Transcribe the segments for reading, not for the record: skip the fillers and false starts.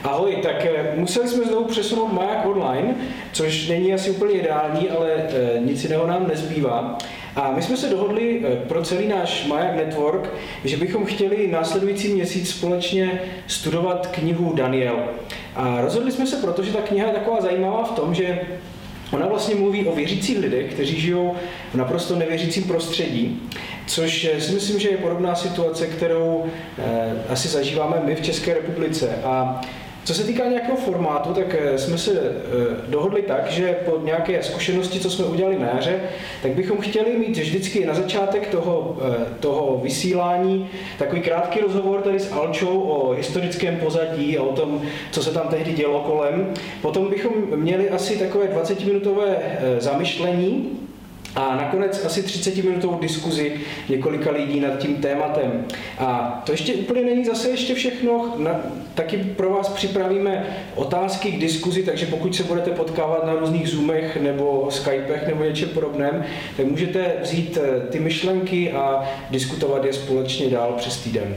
Ahoj, tak museli jsme znovu přesunout maják online, což není asi úplně ideální, ale nic jiného nám nezbývá. A my jsme se dohodli pro celý náš Maják Network, že bychom chtěli následující měsíc společně studovat knihu Daniel. A rozhodli jsme se proto, že ta kniha je taková zajímavá v tom, že ona vlastně mluví o věřících lidech, kteří žijou v naprosto nevěřícím prostředí, což si myslím, že je podobná situace, kterou asi zažíváme my v České republice. A co se týká nějakého formátu, tak jsme se dohodli tak, že po nějaké zkušenosti, co jsme udělali na jaře, tak bychom chtěli mít vždycky na začátek toho vysílání takový krátký rozhovor tady s Alčou o historickém pozadí a o tom, co se tam tehdy dělo kolem. Potom bychom měli asi takové 20-minutové zamyšlení a nakonec asi 30-minutovou diskuzi několika lidí nad tím tématem. A to ještě úplně není zase ještě všechno. Taky pro vás připravíme otázky k diskuzi, takže pokud se budete potkávat na různých Zoomech nebo Skypech nebo něčem podobném, tak můžete vzít ty myšlenky a diskutovat je společně dál přes týden.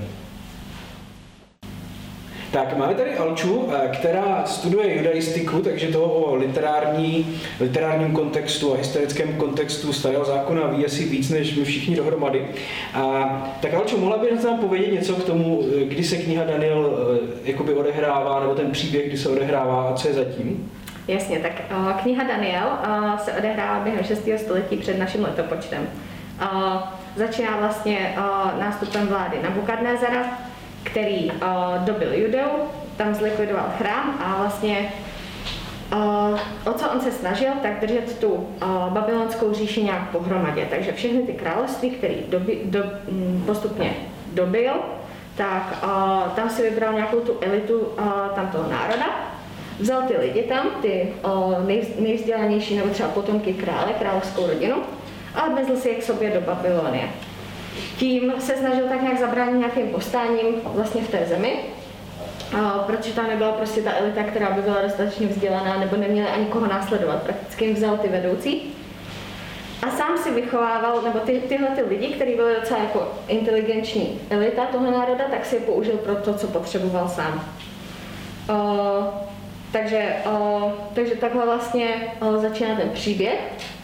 Tak, máme tady Alču, která studuje judaistiku, takže toho o literárním kontextu a historickém kontextu Starého zákona ví asi víc než my všichni dohromady. Tak Alčo, mohla by nám povědět něco k tomu, kdy se kniha Daniel jakoby odehrává, nebo ten příběh, kdy se odehrává a co je zatím? Jasně, tak kniha Daniel se odehrává během 6. století před naším letopočtem. Začíná vlastně nástupem vlády Nabukadnézara, který dobil Judeu, tam zlikvidoval chrám a vlastně o co on se snažil, tak držet tu babylonskou říši nějak pohromadě. Takže všechny ty království, které postupně dobil, tak tam si vybral nějakou tu elitu tam toho národa, vzal ty lidi tam, ty nejvzdělanější nebo třeba potomky krále, královskou rodinu a odvezl si je k sobě do Babylonie. Tím se snažil tak nějak zabránit nějakým povstáním vlastně v té zemi, protože tam nebyla prostě ta elita, která by byla dostatečně vzdělaná nebo neměla ani koho následovat. Prakticky jim vzal ty vedoucí a sám si vychovával, nebo tyhle ty lidi, kteří byli docela jako inteligenční elita toho národa, tak si je použil pro to, co potřeboval sám. Takže takhle vlastně začíná ten příběh,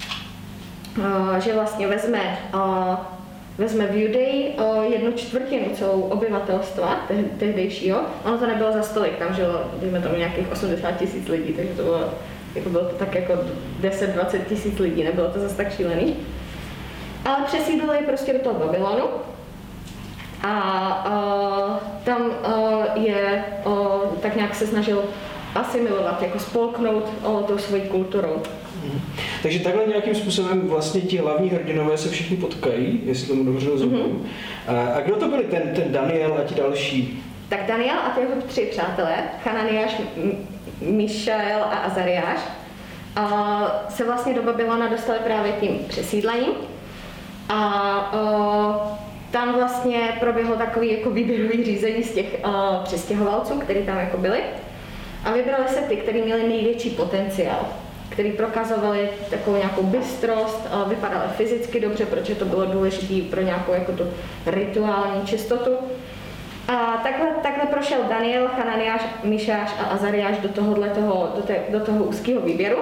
že vlastně vezme v Judeji 1/4 celou obyvatelstva tehdejšího. Ono to nebylo za stolik, tam žilo, dejme tomu, nějakých 80 000 lidí, takže to bylo to tak jako 10-20 000 lidí, nebylo to zase tak šílený. Ale přesídlili je prostě do toho Babylonu a tam je tak nějak se snažil asimilovat, jako spolknout tou svojí kulturou. Takže takhle nějakým způsobem vlastně ti hlavní hrdinové se všichni potkají, jestli tomu dobře rozumím. A kdo to byli ten Daniel a ti další? Tak Daniel a ty jeho 3 přátelé, Hananiáš, Mišael a Azariáš, se vlastně do Babylona dostali právě tím přesídlením. A tam vlastně proběhlo takový jako výběrový řízení z těch přistěhovalců, kteří tam jako byli. A vybrali se ty, kteří měli největší potenciál, který prokazovali takovou nějakou bystrost, vypadali fyzicky dobře, protože to bylo důležité pro nějakou jako tu rituální čistotu. A takhle prošel Daniel, Hananiáš, Mišáš a Azariáš do toho úzkého výběru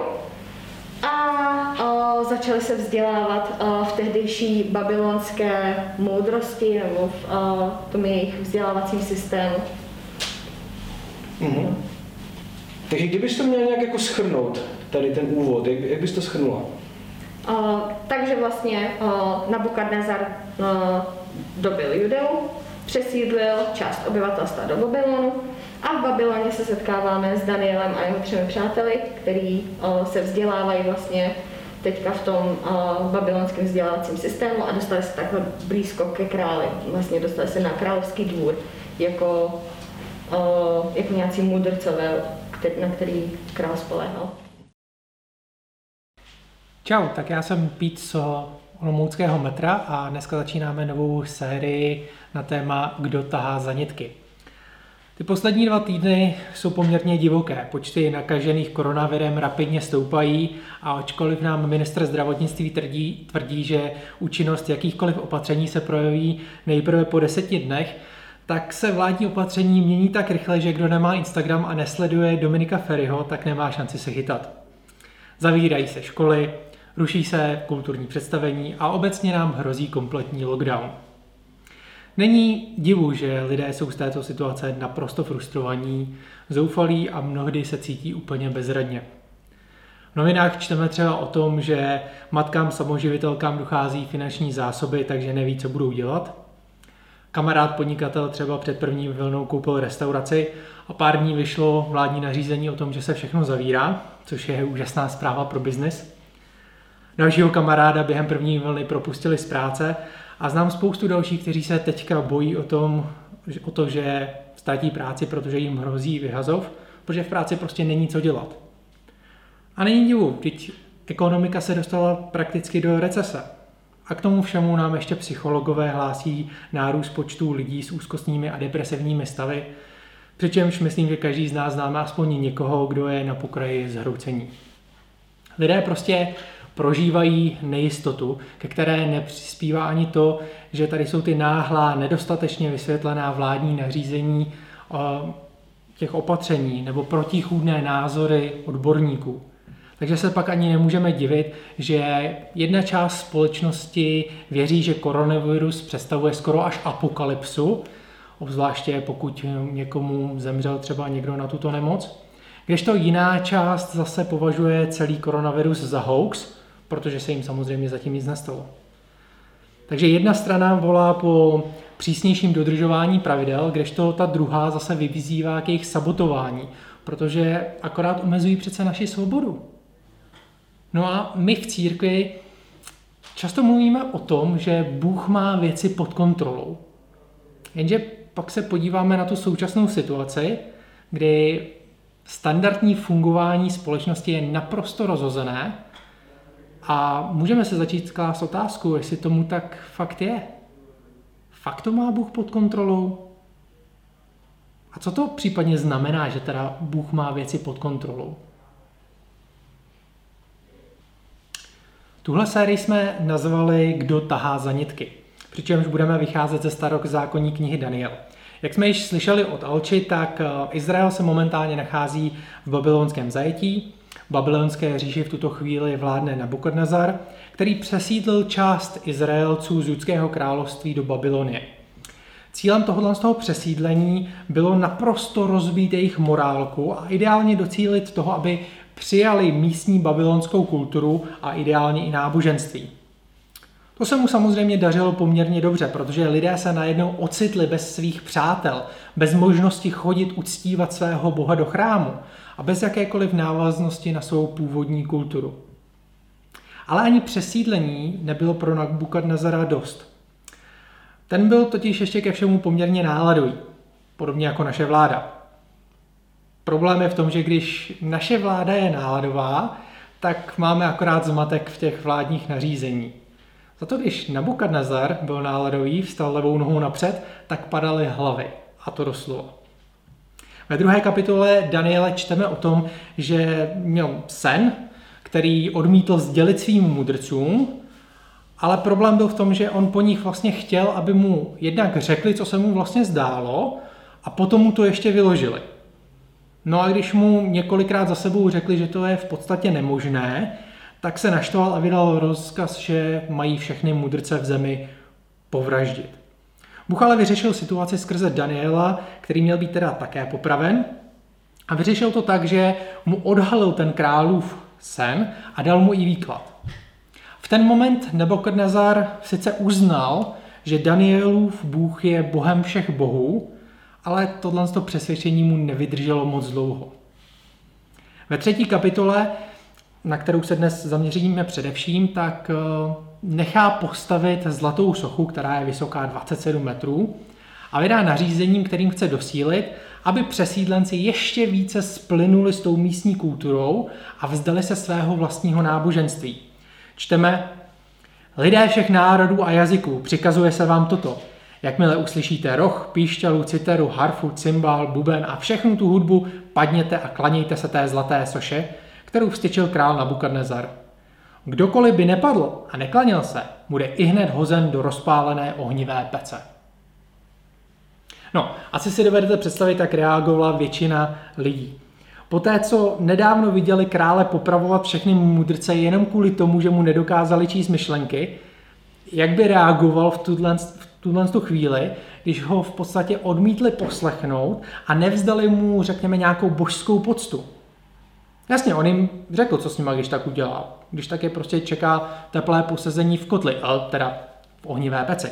a začali se vzdělávat v tehdejší babylonské moudrosti nebo v tom jejich vzdělávacím systému. Mm-hmm. Takže kdybys to měl nějak jako shrnout, tady ten úvod, jak bys to shrnula? Takže vlastně Nabukadnézar dobil Judeu, přesídlil část obyvatelstva do Babylonu a v Babyloně se setkáváme s Danielem a jeho 3 přáteli, který se vzdělávají vlastně teďka v tom babylonském vzdělávacím systému a dostali se takhle blízko ke králi, vlastně dostali se na královský dvůr jako nějací mudrcové, na který král spoléhal. Čau, tak já jsem Pít z Olomouckého metra a dneska začínáme novou sérii na téma Kdo tahá za nitky. Ty poslední 2 týdny jsou poměrně divoké. Počty nakažených koronavirem rapidně stoupají a ačkoliv nám ministr zdravotnictví tvrdí, že účinnost jakýchkoliv opatření se projeví nejprve po 10 dnech, tak se vládní opatření mění tak rychle, že kdo nemá Instagram a nesleduje Dominika Feriho, tak nemá šanci se chytat. Zavírají se školy, ruší se kulturní představení a obecně nám hrozí kompletní lockdown. Není divu, že lidé jsou z této situace naprosto frustrovaní, zoufalí a mnohdy se cítí úplně bezradně. V novinách čteme třeba o tom, že matkám samoživitelkám dochází finanční zásoby, takže neví, co budou dělat. Kamarád podnikatel třeba před první vlnou koupil restauraci a pár dní vyšlo vládní nařízení o tom, že se všechno zavírá, což je úžasná zpráva pro biznis. Dalšího kamaráda během první vlny propustili z práce a znám spoustu dalších, kteří se teďka bojí o to, že ztratí práci, protože jim hrozí vyhazov, protože v práci prostě není co dělat. A není divu, teď ekonomika se dostala prakticky do recese. A k tomu všemu nám ještě psychologové hlásí nárůst počtu lidí s úzkostnými a depresivními stavy, přičemž myslím, že každý z nás známe aspoň někoho, kdo je na pokraji zhroucení. Lidé prostě prožívají nejistotu, ke které nepřispívá ani to, že tady jsou ty náhlá, nedostatečně vysvětlená vládní nařízení těch opatření nebo protichůdné názory odborníků. Takže se pak ani nemůžeme divit, že jedna část společnosti věří, že koronavirus představuje skoro až apokalypsu, obzvláště pokud někomu zemřel třeba někdo na tuto nemoc, kdežto jiná část zase považuje celý koronavirus za hoax, protože se jim samozřejmě zatím nic nestalo. Takže jedna strana volá po přísnějším dodržování pravidel, kdežto ta druhá zase vyzývá k jejich sabotování, protože akorát omezují přece naši svobodu. No a my v církvi často mluvíme o tom, že Bůh má věci pod kontrolou. Jenže pak se podíváme na tu současnou situaci, kdy standardní fungování společnosti je naprosto rozhozené a můžeme se začít klást otázku, jestli tomu tak fakt je. Fakt to má Bůh pod kontrolou? A co to případně znamená, že teda Bůh má věci pod kontrolou? Tuhle sérii jsme nazvali Kdo tahá za nitky, přičemž budeme vycházet ze starozákonní knihy Daniel. Jak jsme již slyšeli od Alči, tak Izrael se momentálně nachází v babylonském zajetí. V babylonské říši v tuto chvíli vládne Nabukadnezar, který přesídlil část Izraelců z Judského království do Babylonie. Cílem tohoto přesídlení bylo naprosto rozbít jejich morálku a ideálně docílit toho, aby přijali místní babylonskou kulturu a ideálně i náboženství. To se mu samozřejmě dařilo poměrně dobře, protože lidé se najednou ocitli bez svých přátel, bez možnosti chodit uctívat svého boha do chrámu a bez jakékoliv návaznosti na svou původní kulturu. Ale ani přesídlení nebylo pro Nabukadnezara dost. Ten byl totiž ještě ke všemu poměrně náladový, podobně jako naše vláda. Problém je v tom, že když naše vláda je náladová, tak máme akorát zmatek v těch vládních nařízení. Za to, když Nabukadnezar byl náladový, vstal levou nohou napřed, tak padaly hlavy. A to doslova. Ve 2. kapitole Daniele čteme o tom, že měl sen, který odmítl sdělit svým mudrcům, ale problém byl v tom, že on po nich vlastně chtěl, aby mu jednak řekli, co se mu vlastně zdálo, a potom mu to ještě vyložili. No a když mu několikrát za sebou řekli, že to je v podstatě nemožné, tak se naštval a vydal rozkaz, že mají všechny mudrce v zemi povraždit. Bůh ale vyřešil situaci skrze Daniela, který měl být teda také popraven, a vyřešil to tak, že mu odhalil ten králův sen a dal mu i výklad. V ten moment Nabukadnezar sice uznal, že Danielův Bůh je Bohem všech bohů, ale tohle přesvědčení mu nevydrželo moc dlouho. Ve 3. kapitole, na kterou se dnes zaměříme především, tak nechá postavit zlatou sochu, která je vysoká 27 metrů, a vydá nařízením, kterým chce dosílit, aby přesídlenci ještě více splynuli s tou místní kulturou a vzdali se svého vlastního náboženství. Čteme: Lidé všech národů a jazyků, přikazuje se vám toto. Jakmile uslyšíte roh, píšťalu, citeru, harfu, cymbál, buben a všechnu tu hudbu, padněte a klanějte se té zlaté soše, kterou vztyčil král Nabukadnezar. Kdokoliv by nepadl a neklaněl se, bude ihned hozen do rozpálené ohnivé pece. No, asi si dovedete představit, jak reagovala většina lidí. Poté, co nedávno viděli krále popravovat všechny mudrce jenom kvůli tomu, že mu nedokázali číst myšlenky, jak by reagoval v tuto chvíli, když ho v podstatě odmítli poslechnout a nevzdali mu, řekněme, nějakou božskou poctu. Jasně, on jim řekl, co s nima když tak udělá. Když tak je prostě čeká teplé posezení v kotli, teda v ohnivé peci.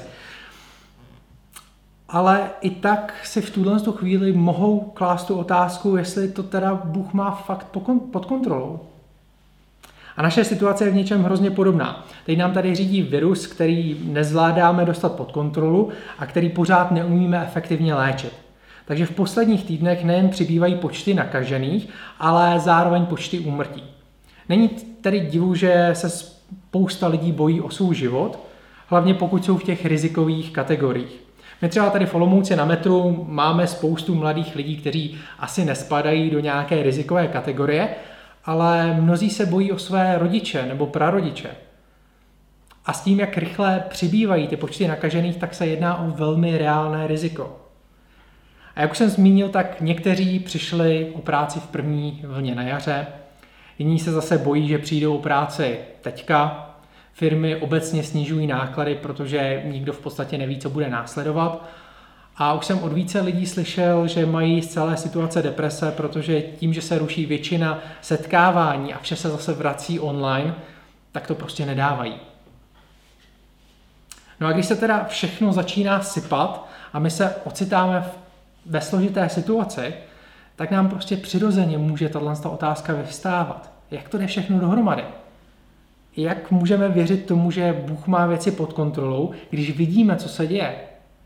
Ale i tak si v tuto chvíli mohou klást tu otázku, jestli to teda Bůh má fakt pod kontrolou. A naše situace je v něčem hrozně podobná. Teď nám tady řídí virus, který nezvládáme dostat pod kontrolu a který pořád neumíme efektivně léčit. Takže v posledních týdnech nejen přibývají počty nakažených, ale zároveň počty úmrtí. Není tedy divu, že se spousta lidí bojí o svůj život, hlavně pokud jsou v těch rizikových kategoriích. My třeba tady v Olomouci na metru máme spoustu mladých lidí, kteří asi nespadají do nějaké rizikové kategorie, ale mnozí se bojí o své rodiče nebo prarodiče. A s tím, jak rychle přibývají ty počty nakažených, tak se jedná o velmi reálné riziko. A jak už jsem zmínil, tak někteří přišli o práci v první vlně na jaře, jiní se zase bojí, že přijdou o práci teďka. Firmy obecně snižují náklady, protože nikdo v podstatě neví, co bude následovat. A už jsem od více lidí slyšel, že mají z celé situace deprese, protože tím, že se ruší většina setkávání a vše se zase vrací online, tak to prostě nedávají. No a když se teda všechno začíná sypat a my se ocitáme ve složité situaci, tak nám prostě přirozeně může tato otázka vyvstávat. Jak to jde všechno dohromady? Jak můžeme věřit tomu, že Bůh má věci pod kontrolou, když vidíme, co se děje?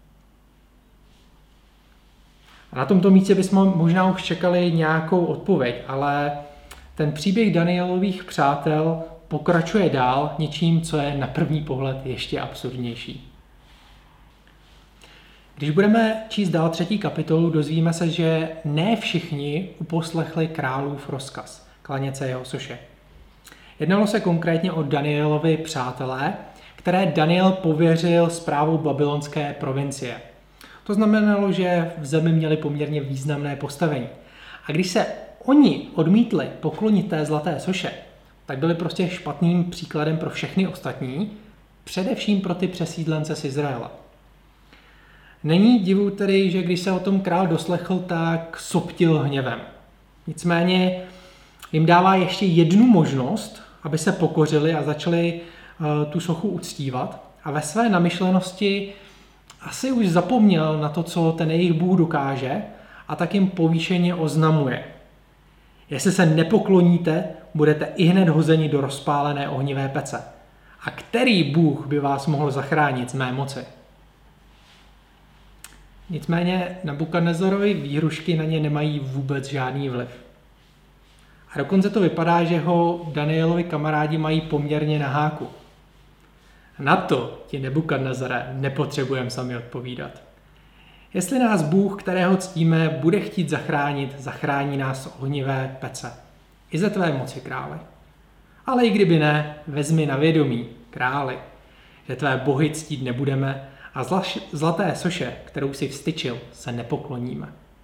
A na tomto místě bychom možná už čekali nějakou odpověď, ale ten příběh Danielových přátel pokračuje dál něčím, co je na první pohled ještě absurdnější. Když budeme číst dál 3. kapitolu, dozvíme se, že ne všichni uposlechli králův rozkaz klanět se jeho soše. Jednalo se konkrétně o Danielovi přátelé, které Daniel pověřil správou babylonské provincie. To znamenalo, že v zemi měli poměrně významné postavení. A když se oni odmítli poklonit té zlaté soše, tak byli prostě špatným příkladem pro všechny ostatní, především pro ty přesídlence z Izraela. Není divu tedy, že když se o tom král doslechl, tak soptil hněvem. Nicméně jim dává ještě jednu možnost, aby se pokořili a začali tu sochu uctívat. A ve své namyšlenosti asi už zapomněl na to, co ten jejich Bůh dokáže, a tak jim povýšeně oznamuje. Jestli se nepokloníte, budete ihned hozeni do rozpálené ohnivé pece. A který Bůh by vás mohl zachránit z mé moci? Nicméně Nabukadnezarovi výhrušky na ně nemají vůbec žádný vliv. A dokonce to vypadá, že ho Danielovi kamarádi mají poměrně na háku. Na to ti Nabukadnezare nepotřebujeme sami odpovídat. Jestli nás Bůh, kterého ctíme, bude chtít zachránit, zachrání nás z ohnivé pece. I ze tvé moci, králi. Ale i kdyby ne, vezmi na vědomí, králi, že tvé bohy ctít nebudeme a zlaté soše, kterou si vstyčil, se nepokloníme.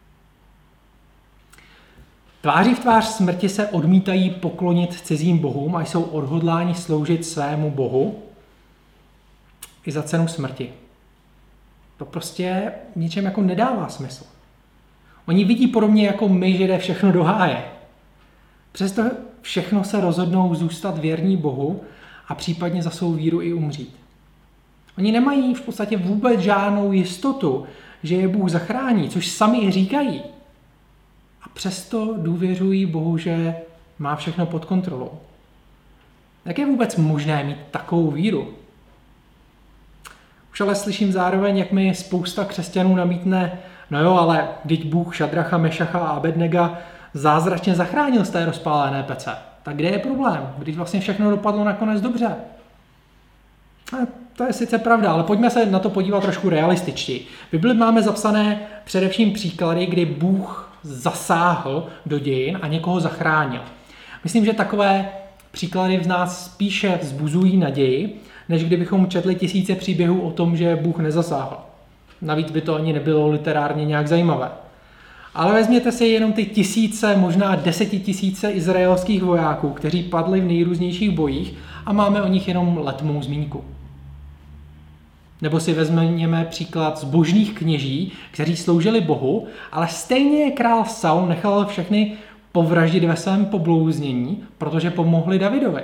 Tváří v tvář smrti se odmítají poklonit cizím bohům a jsou odhodláni sloužit svému bohu i za cenu smrti. To prostě ničem jako nedává smysl. Oni vidí podobně jako my, že jde všechno do háje. Přesto všechno se rozhodnou zůstat věrní Bohu a případně za svou víru i umřít. Oni nemají v podstatě vůbec žádnou jistotu, že je Bůh zachrání, což sami i říkají. A přesto důvěřují Bohu, že má všechno pod kontrolou. Jak je vůbec možné mít takovou víru? Už ale slyším zároveň, jak mi spousta křesťanů namítne, no jo, ale vždyť Bůh Šadracha, Mešacha a Abednega zázračně zachránil z té rozpálené pece. Tak kde je problém? Když vlastně všechno dopadlo nakonec dobře. A to je sice pravda, ale pojďme se na to podívat trošku realističtěji. V Bibli máme zapsané především příklady, kdy Bůh zasáhl do dějin a někoho zachránil. Myslím, že takové příklady v nás spíše vzbuzují naději, než kdybychom četli tisíce příběhů o tom, že Bůh nezasáhl. Navíc by to ani nebylo literárně nějak zajímavé. Ale vezměte si jenom ty tisíce, možná 10 000 izraelských vojáků, kteří padli v nejrůznějších bojích a máme o nich jenom letmou zmínku. Nebo si vezměme příklad zbožných kněží, kteří sloužili Bohu, ale stejně král Saul nechal všechny povraždit ve svém poblouznění, protože pomohli Davidovi.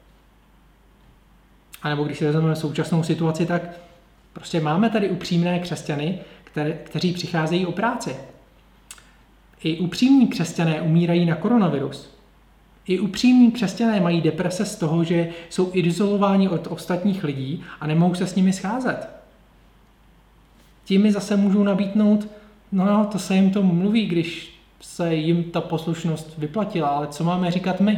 A nebo když si vezmeme současnou situaci, tak prostě máme tady upřímné křesťany, kteří přicházejí o práci. I upřímní křesťané umírají na koronavirus. I upřímní křesťané mají deprese z toho, že jsou izolováni od ostatních lidí a nemohou se s nimi scházet. Ti mi zase můžou nabídnout, no to se jim to mluví, když se jim ta poslušnost vyplatila, ale co máme říkat my?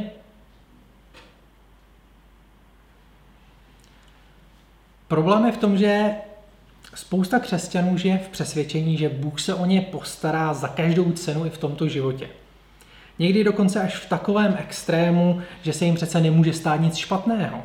Problém je v tom, že spousta křesťanů žije v přesvědčení, že Bůh se o ně postará za každou cenu i v tomto životě. Někdy dokonce až v takovém extrému, že se jim přece nemůže stát nic špatného.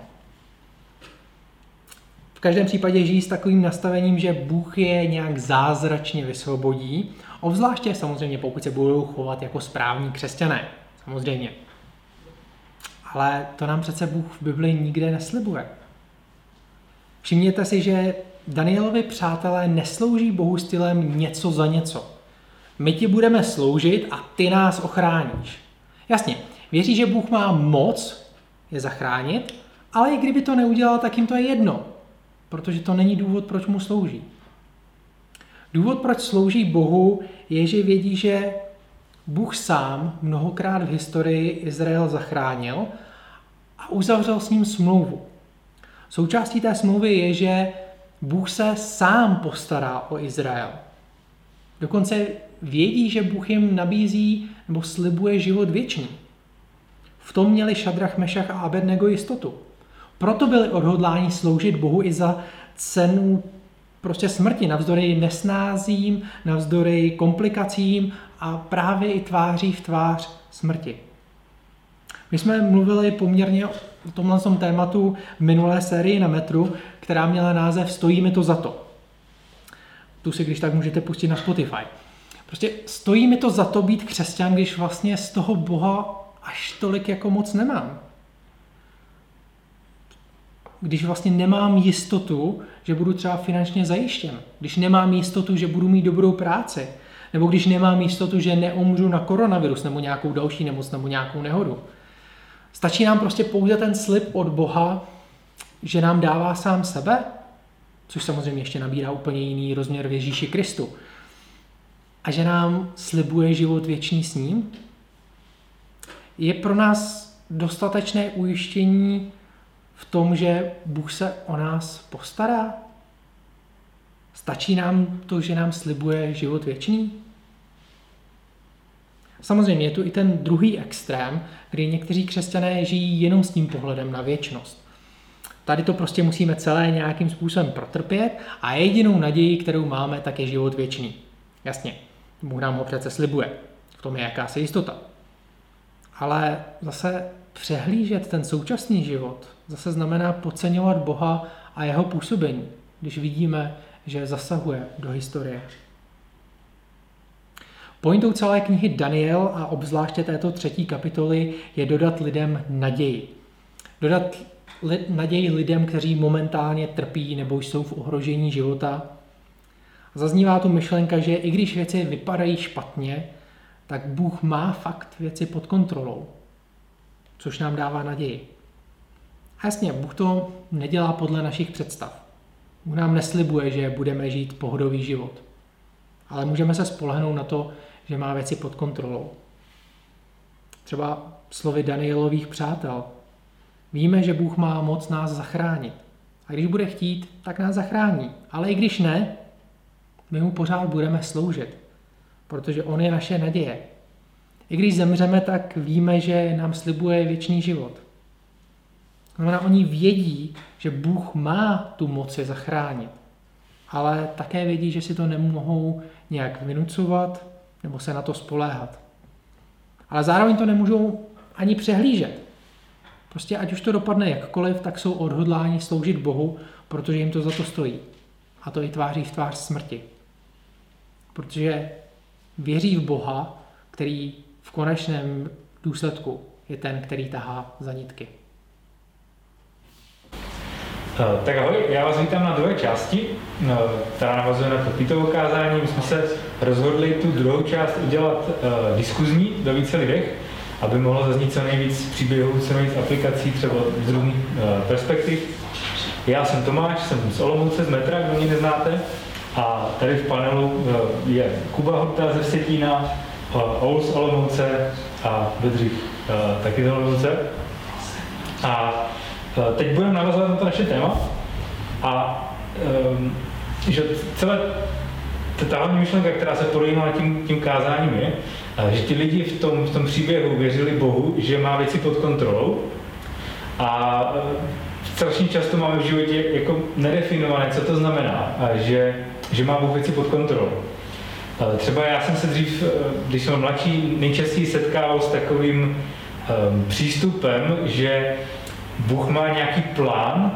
V každém případě žijí s takovým nastavením, že Bůh je nějak zázračně vysvobodí, obzvláště samozřejmě pokud se budou chovat jako správní křesťané. Samozřejmě. Ale to nám přece Bůh v Bibli nikde neslibuje. Všimněte si, že Danielovi přátelé neslouží Bohu stylem něco za něco. My ti budeme sloužit a ty nás ochráníš. Jasně, věří, že Bůh má moc je zachránit, ale i kdyby to neudělal, tak jim to je jedno, protože to není důvod, proč mu slouží. Důvod, proč slouží Bohu, je, že vědí, že Bůh sám mnohokrát v historii Izrael zachránil a uzavřel s ním smlouvu. Součástí té smlouvy je, že Bůh se sám postará o Izrael. Dokonce vědí, že Bůh jim nabízí nebo slibuje život věčný. V tom měli Šadrach, Mešach a Abednego jistotu. Proto byli odhodláni sloužit Bohu i za cenu prostě smrti, navzdory nesnázím, navzdory komplikacím a právě i tváří v tvář smrti. My jsme mluvili poměrně o tomhle tématu v minulé sérii na Metru, která měla název Stojí mi to za to. Tu si když tak můžete pustit na Spotify. Prostě stojí mi to za to být křesťan, když vlastně z toho Boha až tolik jako moc nemám. Když vlastně nemám jistotu, že budu třeba finančně zajištěn. Když nemám jistotu, že budu mít dobrou práci. Nebo když nemám jistotu, že neumřu na koronavirus nebo nějakou další nemoc nebo nějakou nehodu. Stačí nám prostě pouze ten slib od Boha, že nám dává sám sebe, což samozřejmě ještě nabírá úplně jiný rozměr v Ježíši Kristu. A že nám slibuje život věčný s ním. Je pro nás dostatečné ujištění v tom, že Bůh se o nás postará? Stačí nám to, že nám slibuje život věčný? Samozřejmě je tu i ten druhý extrém, kdy někteří křesťané žijí jenom s tím pohledem na věčnost. Tady to prostě musíme celé nějakým způsobem protrpět a jedinou naději, kterou máme, tak je život věčný. Jasně, Bůh nám ho přece slibuje. V tom je jakási jistota. Ale zase přehlížet ten současný život zase znamená podceňovat Boha a jeho působení, když vidíme, že zasahuje do historie. Pointou celé knihy Daniel a obzvláště této 3. kapitoly je dodat lidem naději. Dodat naději lidem, kteří momentálně trpí nebo jsou v ohrožení života. Zaznívá tu myšlenka, že i když věci vypadají špatně, tak Bůh má fakt věci pod kontrolou, což nám dává naději. A jasně, Bůh to nedělá podle našich představ. Bůh nám neslibuje, že budeme žít pohodový život. Ale můžeme se spolehnout na to, že má věci pod kontrolou. Třeba slovy Danielových přátel. Víme, že Bůh má moc nás zachránit. A když bude chtít, tak nás zachrání. Ale i když ne, my mu pořád budeme sloužit. Protože on je naše naděje. I když zemřeme, tak víme, že nám slibuje věčný život. Znamená, oni vědí, že Bůh má tu moc je zachránit. Ale také vědí, že si to nemohou nějak vynucovat nebo se na to spoléhat. Ale zároveň to nemůžou ani přehlížet. Prostě ať už to dopadne jakkoliv, tak jsou odhodláni sloužit Bohu, protože jim to za to stojí. A to i tváří v tvář smrti. protože věří v Boha, který v konečném důsledku je ten, který tahá za nitky. Tak ahoj, já vás vítám na druhé části, která navazuje na to Titovo kázání. My jsme se rozhodli tu druhou část udělat diskuzní do více lidech, aby mohlo zaznít co nejvíc příběhů, co nejvíc aplikací, třeba z různých perspektiv. Já jsem Tomáš, jsem z Olomouce, z metra, kdo mě neznáte. A tady v panelu je Kuba Horta ze Vsetína, Ous z Olomouce a Bedřich taky z Olomouce. A teď budeme navazovat na to naše téma a že celé ta hlavní myšlenka, která se projímala tím kázáním je, že ti lidi v tom příběhu věřili Bohu, že má věci pod kontrolou a strašně často máme v životě jako nedefinované, co to znamená, že má Bůh věci pod kontrolou. Třeba já jsem se dřív, když jsem mladší, nejčastěji setkával s takovým přístupem, že Bůh má nějaký plán,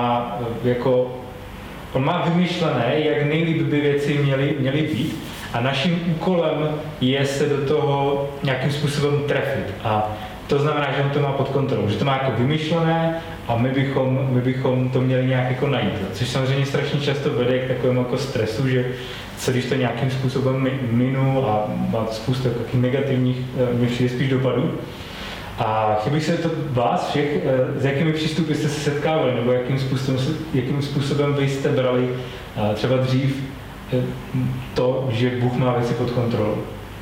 on má vymyšlené, jak nejlíp by věci měly být a naším úkolem je se do toho nějakým způsobem trefit. A to znamená, že on to má pod kontrolou, že to má jako vymyšlené a my bychom to měli nějak jako najít. Což samozřejmě strašně často vede k takovému jako stresu, že co když to nějakým způsobem minu a má spoustu takových negativních, mě přijde spíš dopadů. A chtěl bych se to vás všech, s jakými přístupy jste se setkávali, nebo jakým způsobem vy jste brali třeba dřív to, že Bůh má věci pod kontrolou.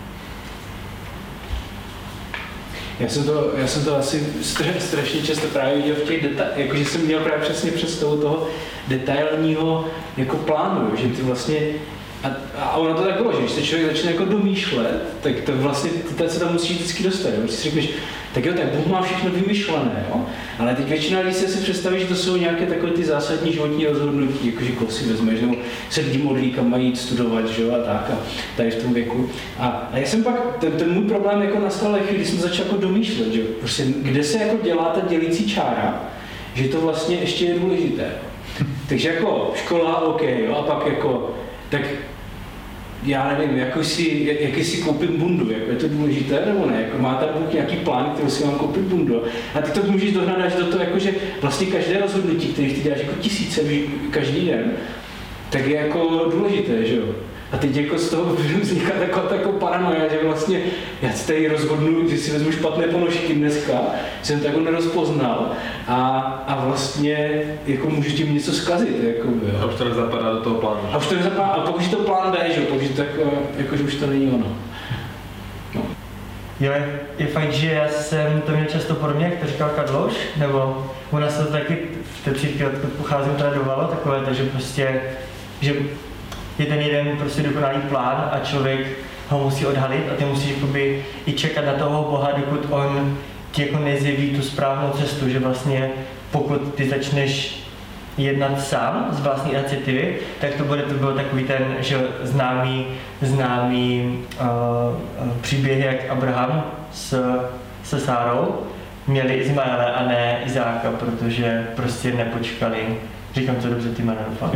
Já jsem to asi strašně často právě viděl v těch detailech, jakože jsem měl právě přesně představu toho detailního jako plánu, že ty vlastně a ono to tak bylo, že když se člověk začne jako domýšlet, tak to vlastně ty se tam musíš vždycky dostat. Když si řekneš, tak jo, tak Bůh má všechno vymyšlené, jo? Ale teď většina lidí si představí, že to jsou nějaké takové ty zásadní životní rozhodnutí, jakože koho si vezmeš, nebo se lidi modlí, kam mají jít studovat, že jo, a tak, a tady v tom věku. A já jsem pak, ten můj problém jako nastal chvíli, kdy jsem začal jako domýšlet, že jo, prostě kde se jako dělá ta dělící čára, že to vlastně ještě je důležité. Takže jako škola, OK, jo, a pak jako, tak já nevím, jaký si koupím bundu, jako je to důležité nebo ne, jako má tam Bůh nějaký plán, který si mám koupit bundu. A ty to můžeš dohnat až do toho, jako, že vlastně každé rozhodnutí, které ty děláš jako tisíce každý den, tak je jako důležité, že jo. A teď jako z toho vzniká taková paranoia, že vlastně já si tady rozhodnu, že si vezmu špatné ponožky dneska, jsem to jako nerozpoznal a vlastně jako můžu tím něco zkazit. Jako, a už to nezapadá do toho plánu. A už to nezapadá, a pokud je to plán B, že jo, takže tak jakože už to není ono. No. Jo, je fakt, že já jsem to měl často podobně, jak to říkal Kadloš, nebo u nás to taky v té církvi, odkud pocházím, tradovalo takové, takže prostě, že je ten jeden prostě dokonalý plán a člověk ho musí odhalit a ty musíš jakoby i čekat na toho Boha, dokud on ti jako nezjeví tu správnou cestu, že vlastně pokud ty začneš jednat sám z vlastní iniciativy, tak to byl takový ten, že známý příběh, jak Abraham se Sárou měli Izmaele a ne Izáka, protože prostě nepočkali. Říkám to dobře, ty jména doufám.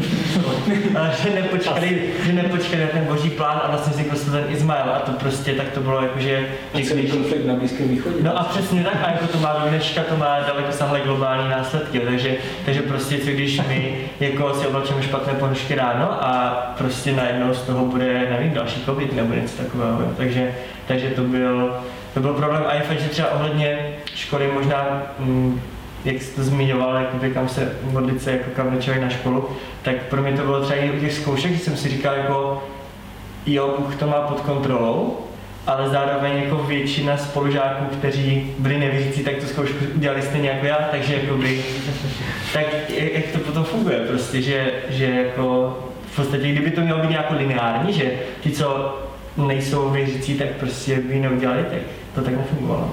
Že nepočkali na ten boží plán a vlastně vznikl ten Izmael a to prostě tak to bylo jakože... Celý konflikt na Blízkém východě. No a přesně tak, a jako to má do dneška, to má daleko sahlé globální následky, takže prostě co když my jako si oblačíme špatné ponožky ráno a prostě najednou z toho bude, nevím, další covid nebo něco takového, takže to byl problém a je fakt, že třeba ohledně školy možná jak jsi to zmiňoval, jakoby kam se modlit se, jako kam člověk na školu, tak pro mě to bylo třeba i u těch zkoušek, že jsem si říkal jako jo, Bůh to má pod kontrolou, ale zároveň jako většina spolužáků, kteří byli nevěřící, tak tu zkoušku udělali stejně jako já, takže jakoby, tak jak to potom funguje prostě, že jako v podstatě, kdyby to mělo být nějak lineární, že ti, co nejsou věřící, tak prostě by ji neudělali, tak to tak nefungovalo.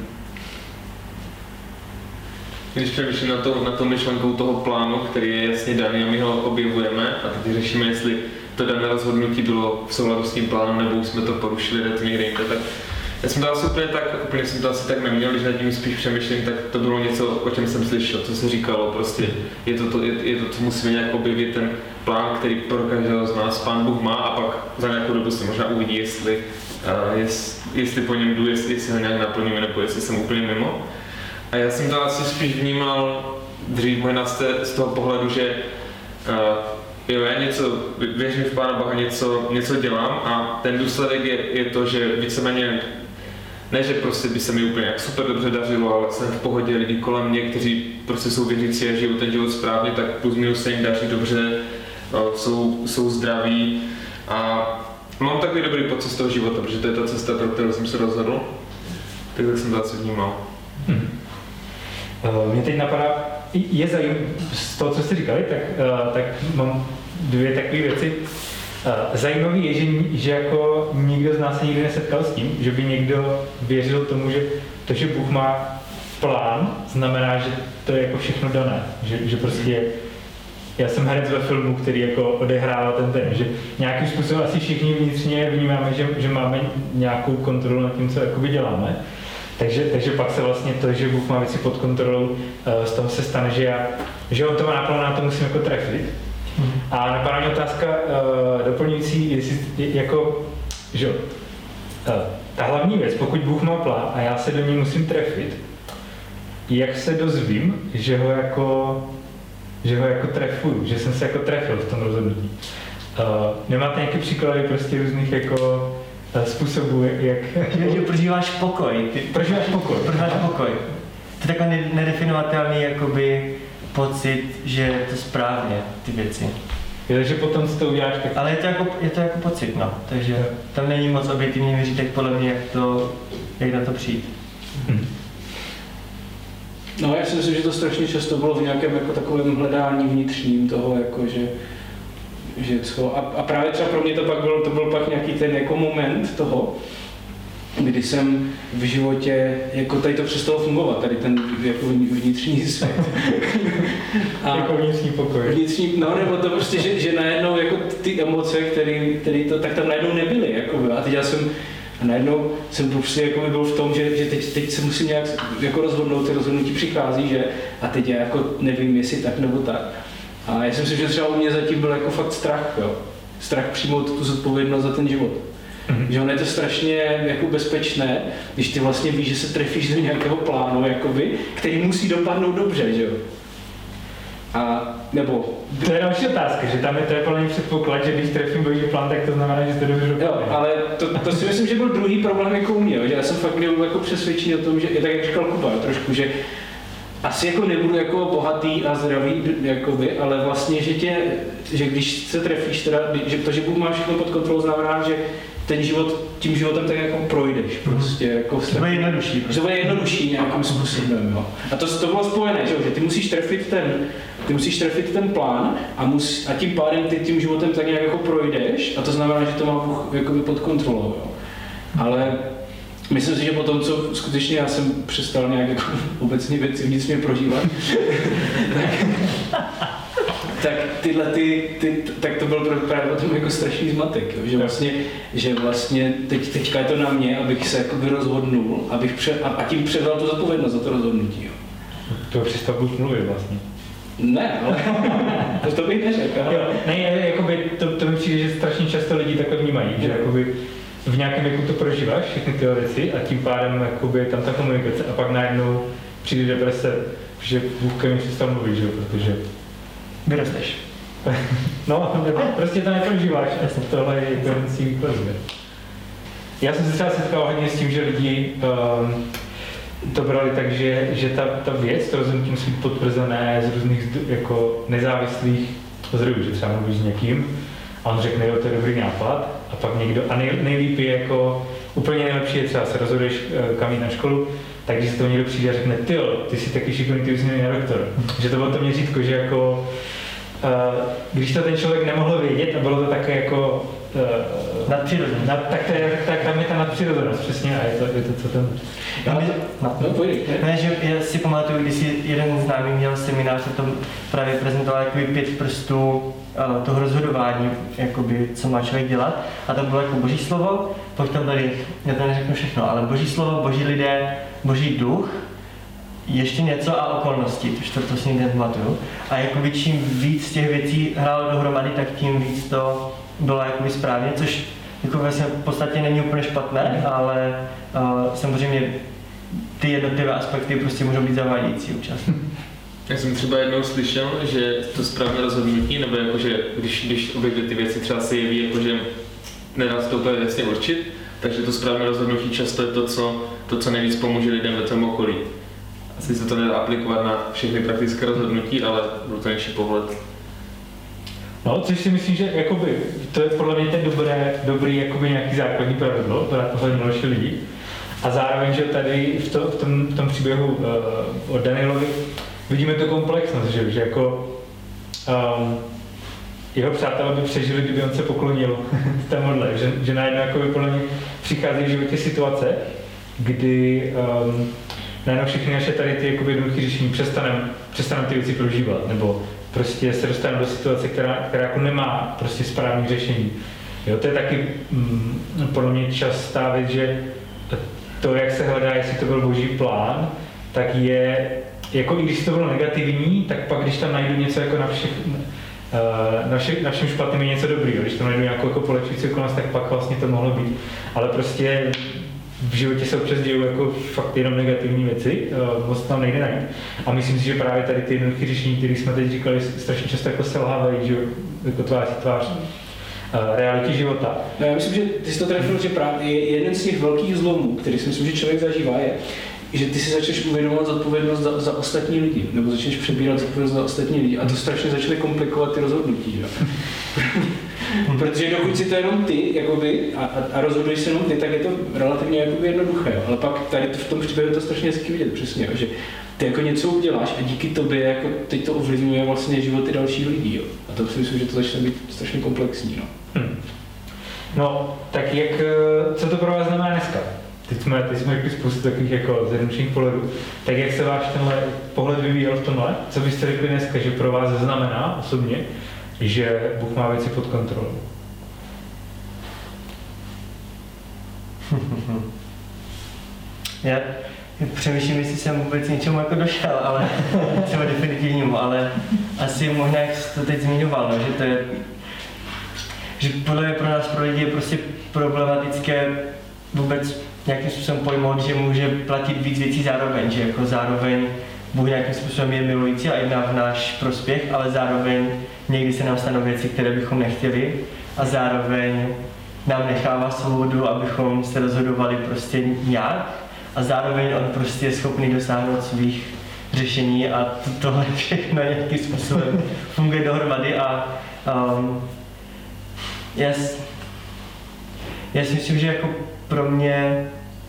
Když přemýšlím na to myšlenkou toho plánu, který je jasně daný a my ho objevujeme a teď řešíme, jestli to dané rozhodnutí bylo v souladu s tím plánem, nebo jsme to porušili, jde to někde jinde, tak Já jsem to asi úplně jsem to asi tak neměl, když nad tím spíš přemýšlím, tak to bylo něco, o čem jsem slyšel, co se říkalo, prostě je to, co musíme nějak objevit, ten plán, který pro každého z nás Pán Bůh má a pak za nějakou dobu se možná uvidí, jestli po něm jdu, jestli ho nějak naplníme, nebo jestli jsem úplně mimo. A já jsem to asi spíš vnímal dřív možná z toho pohledu, že jo, já věřím v Pána Boha, něco dělám a ten důsledek je to, že víceméně, ne, že prostě by se mi úplně jak super dobře dařilo, ale jsem v pohodě, lidi kolem mě, kteří prostě jsou věřící a žijou ten život správně, tak plus minus se jim daří dobře, jsou zdraví a mám takový dobrý pocit z toho života, protože to je ta cesta, pro kterou jsem se rozhodl, tak jsem to asi vnímal. Mě teď napadá, je zajímavé z toho, co jste říkali, tak mám dvě takové věci. Zajímavý je, že jako nikdo z nás se nikdy nesetkal s tím, že by někdo věřil tomu, že to, že Bůh má plán, znamená, že to je jako všechno dané. Že prostě já jsem herec ve filmu, který jako odehrává ten, že nějakým způsobem asi všichni vnitřně vnímáme, že máme nějakou kontrolu nad tím, co jakoby děláme. Takže pak se vlastně to, že Bůh má věci pod kontrolou, z toho se stane, že on to má naplánované, to musím jako trefit. A napadá mě otázka doplňující, jestli jako, že ta hlavní věc, pokud Bůh má plán a já se do něj musím trefit, jak se dozvím, že ho jako trefuju, že jsem se jako trefil v tom rozhodnutí. Nemáte nějaké příklady prostě různých jako způsobů, jak... Že prožíváš pokoj. Prožíváš pokoj. To je takový nedefinovatelný jakoby pocit, že je to správně, ty věci. Takže potom si to uděláš tak... Ale je to jako pocit, no. Takže tam není moc objektivní měřítek podle mě, jak na to přijít. No, já si myslím, že to strašně často bylo v nějakém jako takovém hledání vnitřním toho, jako že co. A právě třeba pro mě to byl pak nějaký ten jako moment toho, kdy jsem v životě, jako tady to přestalo fungovat, tady ten jako vnitřní svět. A jako vnitřní pokoj. No nebo to prostě, že najednou jako ty emoce, které to, tak tam najednou nebyly, jakoby. A teď já jsem, a najednou jsem prostě jako byl v tom, že teď se musím nějak jako rozhodnout, ty rozhodnutí přichází, že a teď já jako nevím, jestli tak nebo tak. A já si myslím, že třeba u mě zatím byl jako fakt strach, jo. Strach přijmout tu zodpovědnost za ten život. Že on je to strašně jako bezpečné, když ty vlastně víš, že se trefíš do nějakého plánu, jakoby, který musí dopadnout dobře, že jo. A nebo... To je další otázka, že tam je to plný předpoklad, že když trefím boží plán, tak to znamená, že to dobře dopadne. Jo, ale to si myslím, že byl druhý problém jako u mě, jo, že já jsem fakt byl jako přesvědčený o tom, že je tak, jak říkal Kuba, trošku, že asi jako nebudu jako bohatý a zdravý, jakoby, ale vlastně, že když se trefíš, teda, že to, že Bůh má všechno pod kontrolou, znamená, že ten život, tím životem tak jako projdeš, prostě jako to bude jednodušší. To bude jednodušší nějakým způsobem, jo. A to bylo spojené, že ty musíš trefit ten plán a tím pádem ty tím životem tak nějak jako projdeš a to znamená, že to má Bůh jakoby pod kontrolou, jo. Ale myslím si, že po tom, co skutečně já jsem přestal nějak jako obecně věci vnitřně prožívat, tak tak to byl právě potom jako strašný zmatek, jo? Že vlastně teďka je to na mě, abych se jakoby rozhodnul, a tím převzal tu zodpovědnost za to rozhodnutí, jo. To přestal Bůh mluvit vlastně. Ne, ale to bych neřekl. Ne, jakoby to mi přijde, že strašně často lidi takhle vnímají, že jakoby v nějakém věku to prožíváš, všechny ty věci a tím pádem jakoby tam ta komunikace a pak najednou přijde deprese, že Bůh ke mně přestal mluvit, že jo, protože vyrosteš. No, prostě to neprožíváš a tohle je jeden z těch výkladů. Já jsem se třeba setkal hodně s tím, že lidi to brali tak, že ta věc, to rozhodnutí musí být potvrzené z různých jako nezávislých zdrojů, že třeba mluvíš s někým a on řekne, jo, to je dobrý nápad a pak někdo, a nejlíp je jako, úplně nejlepší je třeba se rozhoduješ kam jít na školu, tak když se to někdo přijde a řekne, ty jsi taky šikovný, ty jsi na doktor. Že to bylo to měřítko, že jako když to ten člověk nemohl vědět a bylo to také jako nadpřirozené. Tak tam je ta nadpřirozenost, přesně, a je to co tam... Že já si pamatuju, když jeden známý měl seminář a tom právě prezentoval jakoby 5 prstů toho rozhodování, jakoby, co má člověk dělat, a to bylo jako boží slovo, tam tady, já to neřeknu všechno, ale boží slovo, boží lidé, boží duch, ještě něco a okolnosti, to si nikdy nepamatuju. A jakoby čím víc těch věcí hrálo dohromady, tak tím víc to bylo jakoby správně, což jako vlastně v podstatě není úplně špatné, ale samozřejmě ty jednotlivé aspekty prostě můžou být zavádějící občas. Já jsem třeba jednou slyšel, že to správné rozhodnutí, nebo jakože když obě ty věci třeba se jeví, jakože nedá se to úplně jasně určit, takže to správné rozhodnutí často je to, co nejvíc pomůže lidem ve tom okolí. Asi se to nedá aplikovat na všechny praktické rozhodnutí, ale brutálnější pohled. No, což si myslím, že jakoby, to je podle mě ten dobrý jakoby nějaký základní pravidlo, brát pohled na další lidi. A zároveň, že tady v tom příběhu od Danielovi vidíme tu komplexnost, že jako jeho přátelé by přežili, kdyby on se poklonil té modle, že najednou jako podle mě přichází v životě situace, kdy najednou všechny naše tady ty jednoduché řešení přestaneme ty věci prožívat, nebo prostě se dostaneme do situace, která jako nemá prostě správný řešení. Jo, to je taky podle mě častá věc, že to, jak se hledá, jestli to byl boží plán, tak je, jako i když to bylo negativní, tak pak když tam najdu něco jako na všem špatným je něco dobrýho, když tam najdu nějakou jako polehčující okolnost, tak pak vlastně to mohlo být. Ale prostě v životě se občas dějou jako fakt jenom negativní věci, moc tam nejde najít. A myslím si, že právě tady ty jednoduché řešení, které jsme teď říkali, strašně často jako selhávají, že jako tvář realitě života. No, já myslím, že ty jsi to trefil, že právě jeden z těch velkých zlomů, který si myslím, že člověk zažívá, je, že ty si začneš uvědomovat zodpovědnost za ostatní lidi, nebo začneš přebírat zodpovědnost za ostatní lidi a to strašně začne komplikovat ty rozhodnutí. Protože dokud si to jenom ty jakoby, a rozhoduješ se jenom ty, tak je to relativně jakoby jednoduché. Jo. Ale pak tady v tom příběhu je to strašně hezky vidět, přesně, jo, že ty jako něco uděláš a díky tobě jako teď to ovlivňuje vlastně životy dalších lidí. Jo. A to si myslím, že to začne být strašně komplexní. No. No, tak co to pro vás znamená dneska? Teď jsme řekli spoustu takových jako zjednodušených pohledů. Tak jak se váš tenhle pohled vyvíjel v tomhle? Co byste řekli dneska, že pro vás znamená osobně, že Bůh má věci pod kontrolou? Já přemýšlím, jestli jsem vůbec něčemu jako došel, ale třeba definitivnímu, ale asi možná, jak jsi to teď zmiňoval, no, že to je, že podle mě pro nás, pro lidi je prostě problematické vůbec nějakým způsobem pojmout, že může platit víc věcí zároveň, že jako zároveň Bůh nějakým způsobem je milující a jedná v náš prospěch, ale zároveň někdy se nám stanou věci, které bychom nechtěli a zároveň nám nechává svobodu, abychom se rozhodovali prostě nějak a zároveň on prostě je schopný dosáhnout svých řešení a tohle všechno nějakým způsobem funguje dohromady a já si myslím, že jako pro mě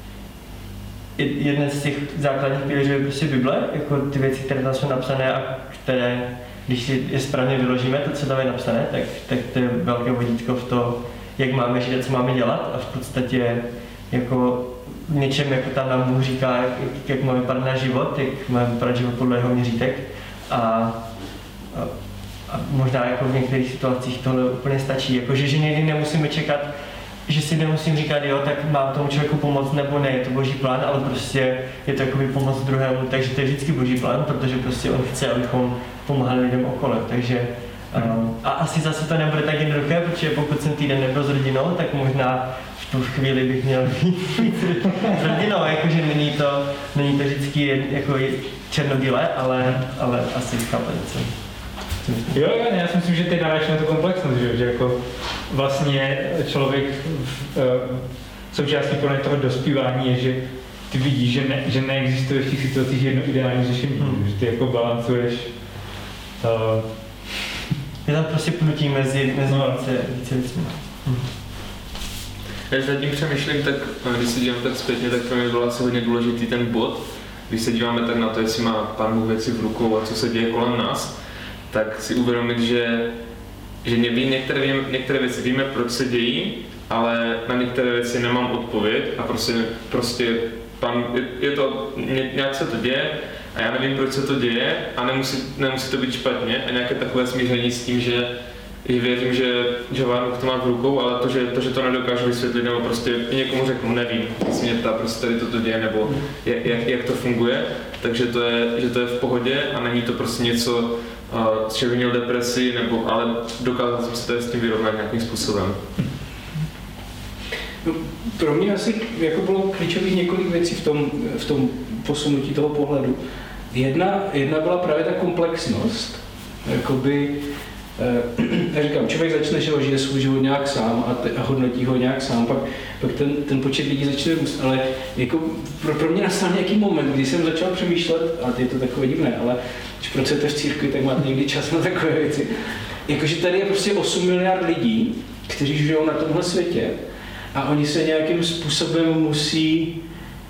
jeden z těch základních pilířů je prostě Bible, jako ty věci, které tam jsou napsané a které, když si je správně vyložíme, to, co tam je napsané, tak to je velké vodítko v to, jak máme žít a co máme dělat a v podstatě jako něčem, jako tam nám Bůh říká, jak má vypadat náš život, jak má vypadat život podle jeho měřítek a možná jako v některých situacích tohle úplně stačí, jakože že někdy nemusíme čekat, že si nemusím říkat, jo, tak mám tomu člověku pomoct nebo ne, je to boží plán, ale prostě je to jakoby pomoc druhému, takže to je vždycky boží plán, protože prostě on chce, abychom pomáhali lidem okolo, takže a asi zase to nebude tak jednoduché, protože pokud jsem týden nebyl s rodinou, tak možná v tu chvíli bych měl být s rodinou, jakože není to vždycky jako černobílé, ale asi chápete, co. Jo, já si myslím, že ty narážíš na tu komplexnost, že jako vlastně člověk součástí podle toho dospívání je, že ty vidíš, že neexistuje v těch situacích jedno ideální řešení, že ty jako balancuješ. Je tam prostě pnutí mezi více věcmi. Když nad tím přemýšlím, tak když se dívám tak zpětně, tak pro mě byl asi hodně důležitý ten bod, když se díváme tak na to, jestli má Pán Bůh věci v rukou a co se děje kolem nás, tak si uvědomit, že některé věci víme, proč se dějí, ale na některé věci nemám odpověď a prostě nějak se to děje a já nevím, proč se to děje a nemusí to být špatně a nějaké takové smíření s tím, že i věřím, že Vánuk to má v rukou, ale to, že to nedokážu vysvětlit, nebo prostě někomu řeknu, nevím, jestli mě ptá, prostě tady toto děje, nebo jak to funguje, takže že to je v pohodě a není to prostě něco, z čeho měl depresi, ale dokázal jsem se tady s tím vyrovnat nějakým způsobem. No, pro mě asi jako bylo klíčových několik věcí v tom posunutí toho pohledu. Jedna byla právě ta komplexnost, jakoby, já říkám, člověk začne, že žije svůj život nějak sám a hodnotí ho nějak sám, pak ten počet lidí začne růst, ale jako pro mě nastal nějaký moment, kdy jsem začal přemýšlet, a je to takové divné, ale když pracujete v církvi, tak máte někdy čas na takové věci, jakože tady je prostě 8 miliard lidí, kteří žijou na tomhle světě a oni se nějakým způsobem musí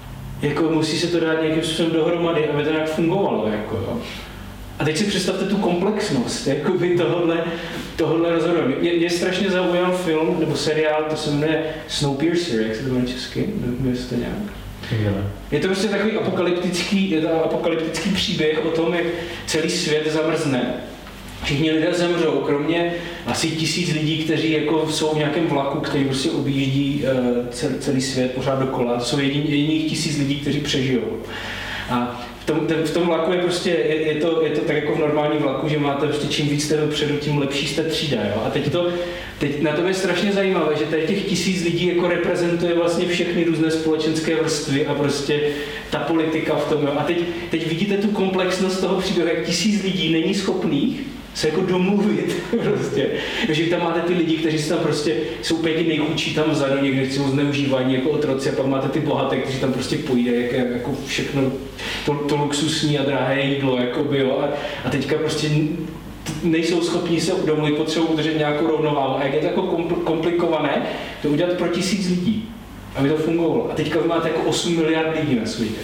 se to dát nějakým způsobem dohromady, aby to nějak fungovalo, jako jo. A teď si představte tu komplexnost, jakoby tohohle rozhodování. Mě strašně zaujal film, nebo seriál, to se jmenuje Snowpiercer, jak se to jmenuje česky, nevím, jestli to nějak. Je to prostě takový apokalyptický příběh o tom, jak celý svět zamrzne. Všichni lidé zemřou, kromě asi 1000 lidí, kteří jako jsou v nějakém vlaku, který prostě objíždí celý svět pořád dokola. To jsou jediných 1000 lidí, kteří přežijou. A v tom vlaku je prostě, je to tak jako v normálním vlaku, že máte prostě čím víc jste dopředu, tím lepší jste třída, jo? A teď na tom je strašně zajímavé, že tady těch 1000 lidí jako reprezentuje vlastně všechny různé společenské vrstvy a prostě ta politika v tom, jo? A teď vidíte tu komplexnost toho příběhu, jak 1000 lidí není schopných se jako domluvit prostě. Takže tam máte ty lidi, kteří tam prostě jsou úplně ti nejchudší tam vzadu, někdy jsou zneužívaní jako otroci a pak máte ty bohaté, kteří tam prostě půjde, jako všechno to luxusní a drahé jídlo, jakoby, jo. A teďka prostě nejsou schopni se domluvit, potřebují udržet nějakou rovnováhu. A jak je to jako komplikované, to udělat pro 1000 lidí, aby to fungovalo. A teďka vy máte jako 8 miliard lidí na světě.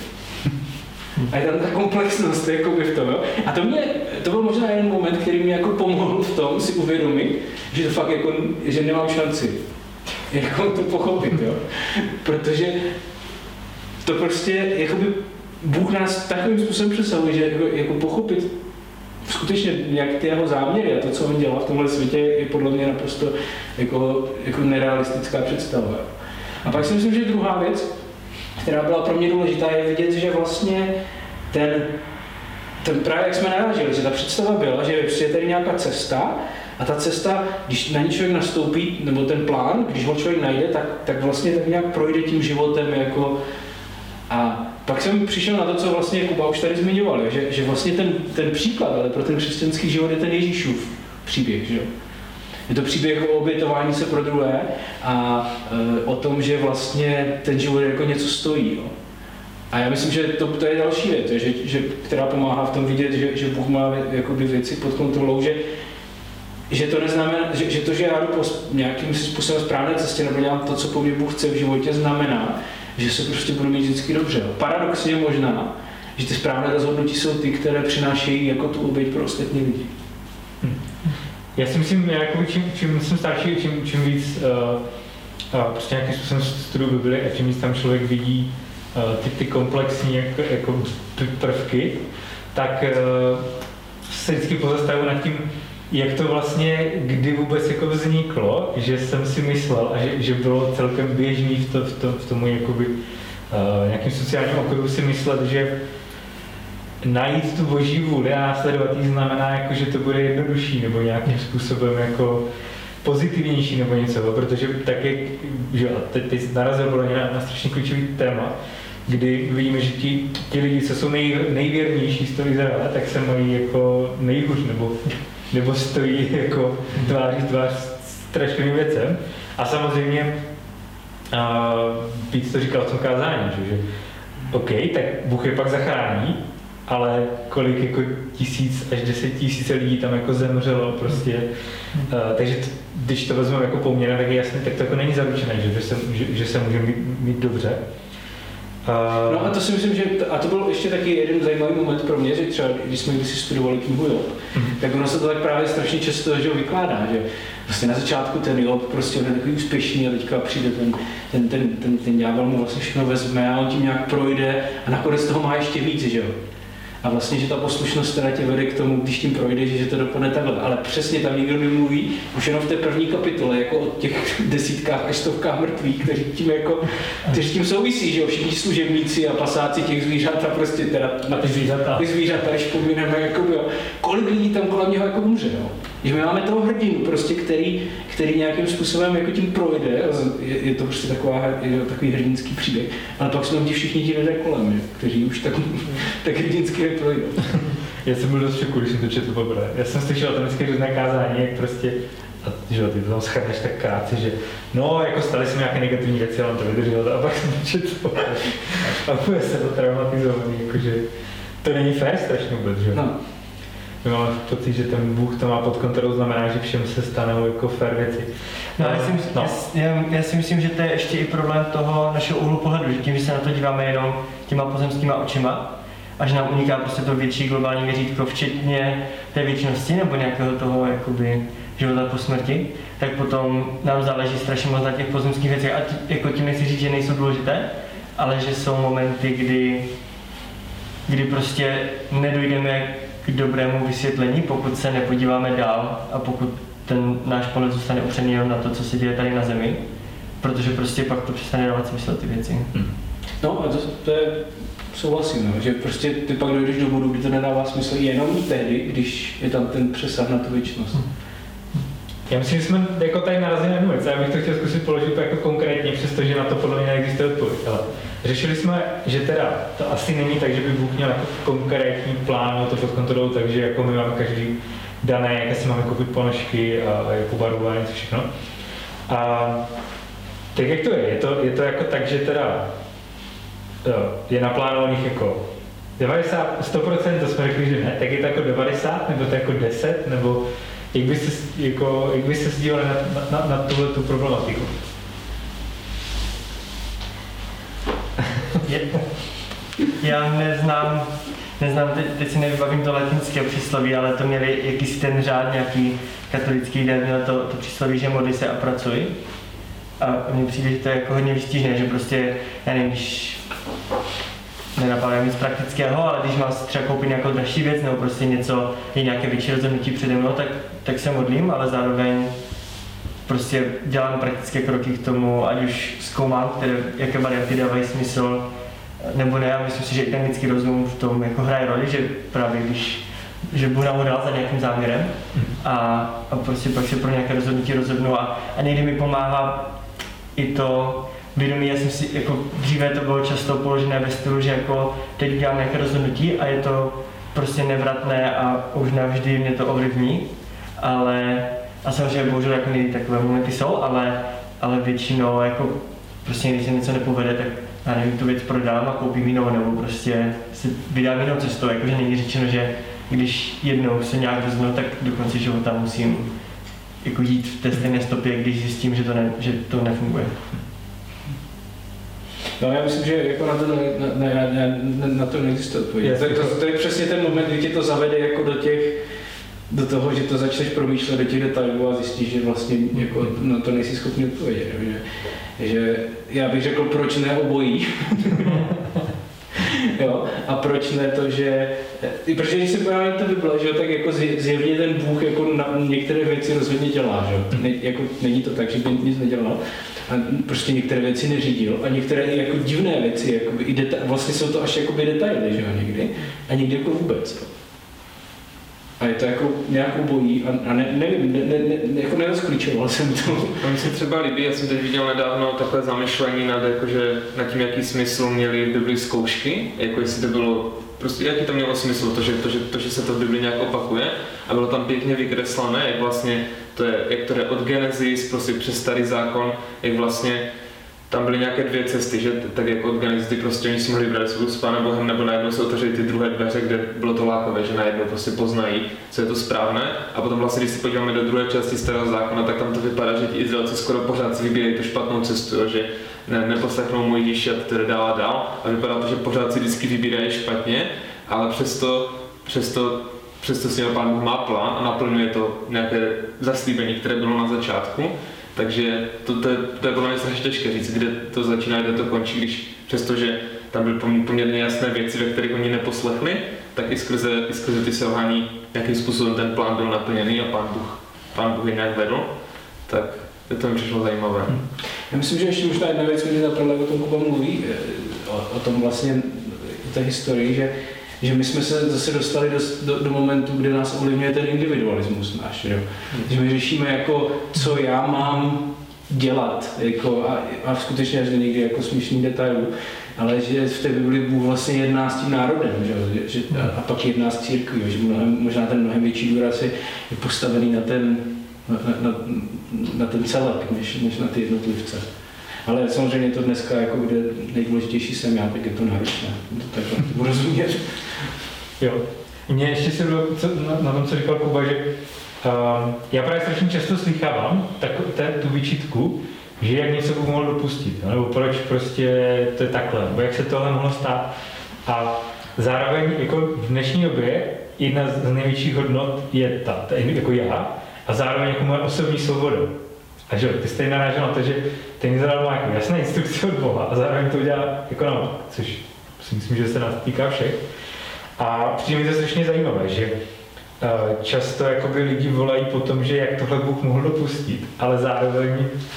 A je tam ta komplexnost jakoby v tom, jo? A to byl možná jeden moment, který mě jako pomohl v tom si uvědomit, že to fakt jako, že nemám šanci jako to pochopit, jo? Protože to prostě, jakoby Bůh nás takovým způsobem přesahuje, že jako pochopit skutečně jak ty jeho záměry a to, co on dělá v tomhle světě, je podle mě naprosto jako nerealistická představa. A pak si myslím, že druhá věc, která byla pro mě důležitá, je vidět, že vlastně ten právě jak jsme narážili, že ta představa byla, že je tady nějaká cesta a ta cesta, když na ní člověk nastoupí, nebo ten plán, když ho člověk najde, tak vlastně tak nějak projde tím životem jako. A pak jsem přišel na to, co vlastně Kuba už tady zmiňoval, že vlastně ten příklad, ale pro ten křesťanský život je ten Ježíšův příběh, že? Je to příběh o obětování se pro druhé a o tom, že vlastně ten život jako něco stojí. Jo. A já myslím, že to je další věc, která pomáhá v tom vidět, že Bůh má jakoby věci pod kontrolou, že to neznamená, že to, že já jdu po nějakým způsobem správné cestě nebo dělám to, co po mně Bůh chce v životě, znamená, že se prostě budu mít vždycky dobře. Paradoxně možná, že ty správné rozhodnutí jsou ty, které přinášejí jako tu oběť pro ostatní lidi. Já si myslím, čím jsem starší, čím víc prostě nějakým způsobem studuju Bibli a čím víc tam člověk vidí ty komplexní jako prvky, tak se vždycky pozastavuju nad tím, jak to vlastně, kdy vůbec jako vzniklo, že jsem si myslel a že bylo celkem běžný v tomu jakoby, nějakým sociálním okruhu si myslet, že najít tu boží vůli a následovat jí znamená, jako, že to bude jednodušší nebo nějakým způsobem jako pozitivnější nebo něco, protože tak jak, že teď narazil bylo na strašně klíčový téma, kdy vidíme, že ti lidi, co jsou nejvěrnější z toho Izraele, tak se mají jako nejhůř nebo stojí jako tvář strašným věcem. A samozřejmě Pít to říkal v tom kázání, že OK, tak Bůh je pak zachrání, ale kolik jako 1000 až 10 000 lidí tam jako zemřelo prostě. Takže když to vezmeme jako poměr, tak je jasný, tak to jako není zaručené, že se může mít dobře. No a to si myslím, že to byl ještě taky jeden zajímavý moment pro mě, že třeba když jsme si studovali knihu Job, tak ono se to tak právě strašně často že vykládá, že vlastně na začátku ten Job prostě on je takový úspěšný a teďka přijde ten ďábel mu vlastně všechno vezme a on tím nějak projde a nakonec toho má ještě víc, že jo. A vlastně, že ta poslušnost teda tě vede k tomu, když tím projdeš, že to dopadne takhle. Ale přesně tam nikdo nemluví, už jenom v té první kapitole, jako o těch desítkách až stovkách mrtvých, kteří tím souvisí, že jo, všichni služebníci a pasáci těch zvířat a prostě teda na ty zvířata, když pomineme, jako jo, kolik lidí tam kolem něho jako umře, jo. Že my máme toho hrdinu, prostě, který nějakým způsobem jako tím projde, je to prostě takový hrdinský příběh, ale pak jsou tam všichni ti lidé kolem, že? Kteří už tak hrdinsky neprojdou. Já jsem byl dost šoku, když jsem to četl poprvé. Já jsem slyšel tam vždycky různé kázání, jak prostě, a že ty to tam schrneš tak krátce, že no, jako staly se mi nějaké negativní věci, ale on to vydržel, a pak jsem to četl. A bude se to traumatizovaný, jakože to není fér strašně vůbec, že? No. My máme pocit, že ten Bůh to má pod kontrolou, znamená, že všem se stanou jako fér věci. No, já si myslím, že to je ještě i problém toho našeho úhlu pohledu, že tím, že se na to díváme jenom těma pozemskýma očima a že nám uniká prostě to větší globální měřítko, včetně té věčnosti nebo nějakého toho jakoby života po smrti, tak potom nám záleží strašně moc na těch pozemských věcech a jako tím nechci říct, že nejsou důležité, ale že jsou momenty, kdy prostě nedojdeme k dobrému vysvětlení, pokud se nepodíváme dál a pokud ten náš pohled zůstane upřený jenom na to, co se děje tady na Zemi, protože prostě pak to přestane dávat smysl ty věci. No a to je souhlasím, no, že prostě ty pak dojdeš do bodu, kdy to nedává smysl jenom tehdy, když je tam ten přesah na tu věčnost. Já myslím, že jsme jako tady narazili na jednu věc, já bych to chtěl zkusit položit jako konkrétně, přestože na to podle mě neexistuje odpověď. Ale řešili jsme, že teda to asi není tak, že by Bůh měl jako konkrétní plán, to pod kontrolou, takže jako my máme každý dané, jaké si máme koupit ponožky a jako barvování, to všechno. A tak jak to je? Je to jako tak, že teda je naplánovaných jako 100%, to jsme řekli, že ne, tak je to jako 90, nebo to jako 10, nebo jak byste se dívali na tu problematiku? Já neznám, teď si nevybavím to latinské přísloví, ale to měli jakýsi ten řád nějaký katolický, kde měl to přísloví, že modli se a pracuj. A mně přijde, že to je jako hodně výstižné, že prostě, já nevím, když nenapadá nic praktického, ale když mám třeba koupit nějakou dražší věc nebo prostě něco, je nějaké větší rozhodnutí přede mnou, tak se modlím, ale zároveň prostě dělám praktické kroky k tomu, ať už zkoumám, jaké varianty dávají smysl, nebo ne, a myslím si, že i ten lidský rozum v tom jako hraje roli, že právě že Bůh nám ho dal za nějakým záměrem a prostě pak se pro nějaké rozhodnutí rozhodnu a někdy mi pomáhá i to vědomí. Já jsem si, jako dříve to bylo často položené ve stylu, že jako teď dělám nějaké rozhodnutí a je to prostě nevratné a už navždy mě to ovlivní, a samozřejmě bohužel jako někdy takové momenty jsou, ale většinou jako prostě když se něco nepovede, tak já nevím, tu věc prodám a koupím jinou, nebo prostě si vydám jinou cestou, jakože není řečeno, že když jednou se nějak rozhodnu, tak do konce života musím jako jít v té stejné stopě, když zjistím, že to nefunguje. No já myslím, že jako na to neexistuje odpověď. To je přesně ten moment, kdy tě to zavede jako do toho, že to začneš promýšlet do těch detailů a zjistíš, že vlastně jako na to nejsi schopný odpovědět. Že já bych řekl, proč ne obojí. Jo? A proč ne to, že... Protože když se podíváme na to Bible, že jo, tak jako zjevně ten Bůh jako na některé věci rozhodně dělá, že jo. Jako není to tak, že by nic nedělal. A prostě některé věci neřídil a některé i jako divné věci, jakoby i vlastně jsou to až jakoby detaily, že jo, někdy. A někdy jako vůbec, jo. A je to jako nějakou bojí a nevím, jako nerozklíčoval jsem to. Mně se třeba líbí, já jsem teď viděl nedávno takové zamyšlení nad tím, jaký smysl měly v Bibli zkoušky, jako jestli to bylo, prostě jaký to mělo smysl, to, že se to v Bibli nějak opakuje a bylo tam pěkně vykreslené, jak vlastně to je, jak to jde od Genesis prostě přes Starý zákon, jak vlastně tam byly nějaké dvě cesty, že tak jako od Genesis prostě oni si mohli vybrat spolu s Pánem Bohem, nebo najednou se otevřely ty druhé dveře, kde bylo to lákavé, že najednou prostě poznají, co je to správné. A potom vlastně, když si podíváme do druhé části Starého zákona, tak tam to vypadá, že ti Izraelci skoro pořád si vybírají tu špatnou cestu, jo, že neposlechnou Mojžíše, které dál a dál. A vypadá to, že pořád si vždycky vybírají špatně, ale přesto si Pán Bůh má plán a naplňuje to nějaké zaslíbení, které bylo na začátku. Takže to je podle mě strašně těžké říct, kde to začíná, kde to končí, když přestože tam byly poměrně jasné věci, ve kterých oni neposlechli, tak i skrze ty selhání, jakým způsobem ten plán byl naplněný a pán Bůh je nějak vedl, tak to mi přišlo zajímavé. Já myslím, že ještě možná jedna věc, když napadla, o tom Kuba mluví, o tom vlastně té historii, že my jsme se zase dostali do momentu, kde nás ovlivňuje ten individualismus náš, jo. Že my řešíme jako, co já mám dělat, jako, a skutečně až do někdy jako směšný detailů, ale že v té Bibli Bůh vlastně jedná s tím národem, že a pak jedná s církví, že možná ten mnohem větší důraz je postavený na ten celek, než na ty jednotlivce. Ale samozřejmě to dneska, jako kde nejdůležitější jsem já, tak je to náročné. Tak budu rozumět. Jo. Mně ještě se bylo na tom, co říkal Kuba, že já právě strašně často slychávám tu výčitku, že jak něco Bůh mohl dopustit, nebo proč prostě to je takhle, nebo jak se tohle mohlo stát. A zároveň jako v dnešní době jedna z největších hodnot je jako já, a zároveň jako moje osobní svoboda. A že ty jste narážel na to, že ten Izrael má jako jasné instrukce od Boha a zároveň to udělá jako naopak, což si myslím, že se nás týká všech. A přijde mi to strašně zajímavé, že často jakoby lidi volají po tom, že jak tohle Bůh mohl dopustit, ale zároveň,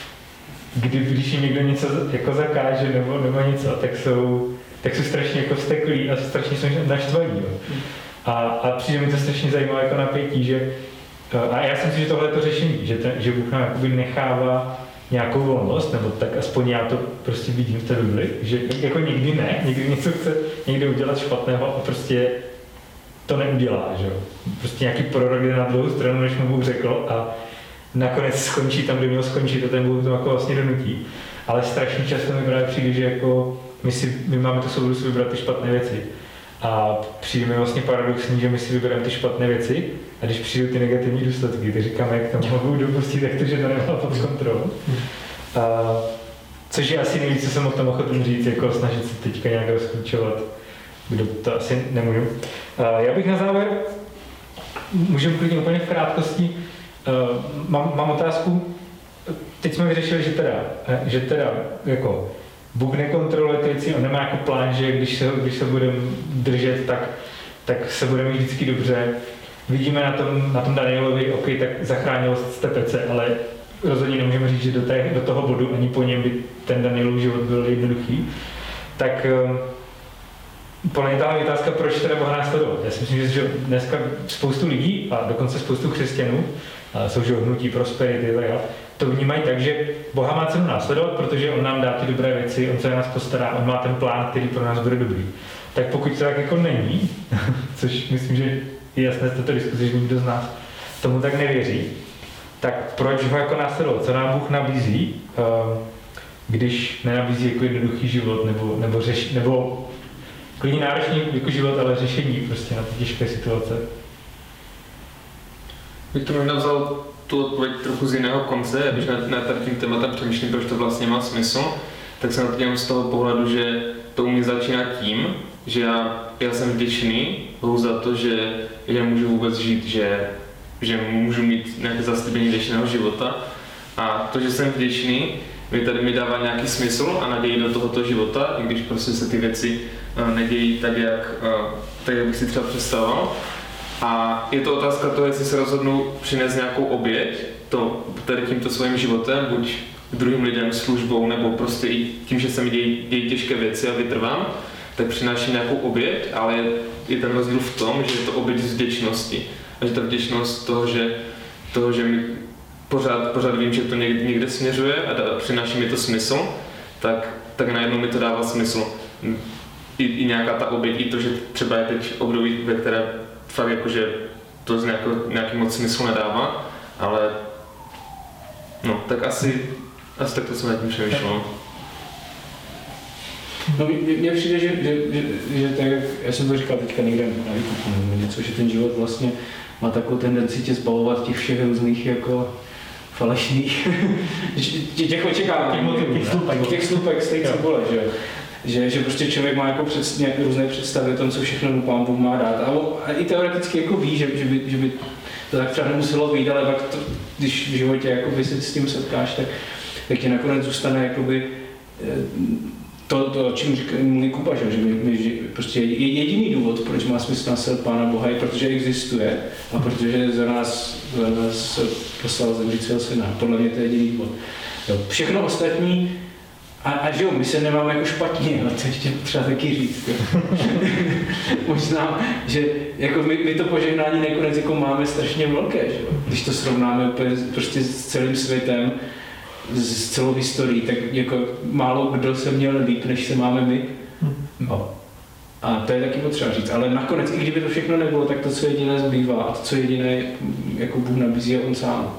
když jim někdo něco jako zakáže nebo něco, tak jsou strašně jako vzteklí a strašně jsou naštvaní. A přijde mi to strašně zajímavé jako napětí, že a já si myslím, že tohle je to řešení, že Bůh nám jakoby nechává nějakou volnost, nebo tak aspoň já to prostě vidím v té Bibli, že jako nikdy ne, někdy něco chce někde udělat špatného a prostě to neudělá, že jo. Prostě nějaký prorok jde na druhou stranu, než mu Bůh řekl a nakonec skončí tam, kde měl skončit a ten Bůh to jako vlastně donutí. Ale strašně často mi právě přijde, že jako my máme tu svobodu si vybrat ty špatné věci. A přijde mi vlastně paradoxní, že my si vybereme ty špatné věci a když přijdou ty negativní důsledky, tak říkáme, jak to mohou dopustit, jak to, že to nemá pod kontrolou. Což je asi nejvíc, co jsem o tom ochotný říct, jako snažit se teďka nějak rozklíčovat, kdo to asi nemůžu. Já bych na závěr, můžeme klidně úplně v krátkosti, mám otázku, teď jsme vyřešili, že teda jako Bůh nekontroluje ty věci, on nemá jako plán, že když se budeme držet, tak se budeme mít vždycky dobře. Vidíme na tom Danielovi, OK, tak zachránil z té pece, ale rozhodně nemůžeme říct, že do toho bodu ani po něm by ten Danielův život byl jednoduchý. Tak podle mě ta otázka, proč teda Boha následovat. Já si myslím, že dneska spoustu lidí a dokonce spoustu křesťanů jsou hnutí prosperity, to vnímají tak, že Boha má cenu následovat, protože on nám dá ty dobré věci, on se na nás postará, on má ten plán, který pro nás bude dobrý. Tak pokud to tak jako není, což myslím, že je jasné z této diskuze, že nikdo z nás tomu tak nevěří, tak proč ho jako následovat? Co nám Bůh nabízí, když nenabízí jako jednoduchý život nebo klidně náročný jako život, ale řešení prostě na ty těžké situace? Bych to možná vzal tu odpověď trochu z jiného konce, když na tím tématem přemýšlím, proč to vlastně má smysl, tak se na to dělám z toho pohledu, že to u mě začíná tím, že já jsem vděčný Bohu za to, že můžu vůbec žít, že můžu mít nějaké zaslíbení věčného života a to, že jsem vděčný, mi dává nějaký smysl a naději do tohoto života, i když prostě se ty věci nedějí tak, jak bych si třeba představoval. A je to otázka toho, jestli se rozhodnu přinést nějakou oběť, tady tímto svým životem, buď druhým lidem službou, nebo prostě i tím, že se mi dějí těžké věci a vytrvám, tak přináším nějakou oběť, ale je ten rozdíl v tom, že je to oběť z vděčnosti. A že ta vděčnost toho, že mi pořád vím, že to někde směřuje a přináší mi to smysl, tak najednou mi to dává smysl. I nějaká ta oběť, i to, že třeba je teď období, ve které fakt jakože to z nějaký moc smysl nedává, ale no, tak asi tak to jsem nad tím přemýšlel. No, mně přijde, že tak, já jsem to říkal teďka někde na výkupu, něco, že ten život vlastně má takovou tendenci tě zbavovat těch všech různých jako falešných, těch očekávání, těch slupek z té cibule, že prostě člověk má jako různé představy o tom, co všechno mu Pán Bůh má dát. A i teoreticky jako ví, že by to tak třeba nemuselo být, ale pak to, když v životě jakoby se s tím setkáš, tak tě nakonec zůstane jakoby to o čem mluví Kuba, že my prostě jediný důvod, proč má smysl následovat Pána Boha, je protože existuje a protože za nás poslal zemřít svého syna. Podle mě to je jediný důvod. Jo, všechno ostatní, a že jo, my se nemáme jako špatně, ale to ještě třeba taky říct. Možná, že jako my to požehnání nakonec jako máme strašně velké, že jo? Když to srovnáme prostě s celým světem, s celou historií, tak jako málo kdo se měl líp, než se máme my. No. A to je taky potřeba říct, ale nakonec, i kdyby to všechno nebylo, tak to, co jediné zbývá a to, co jediné jako Bůh nabízí, je on sám.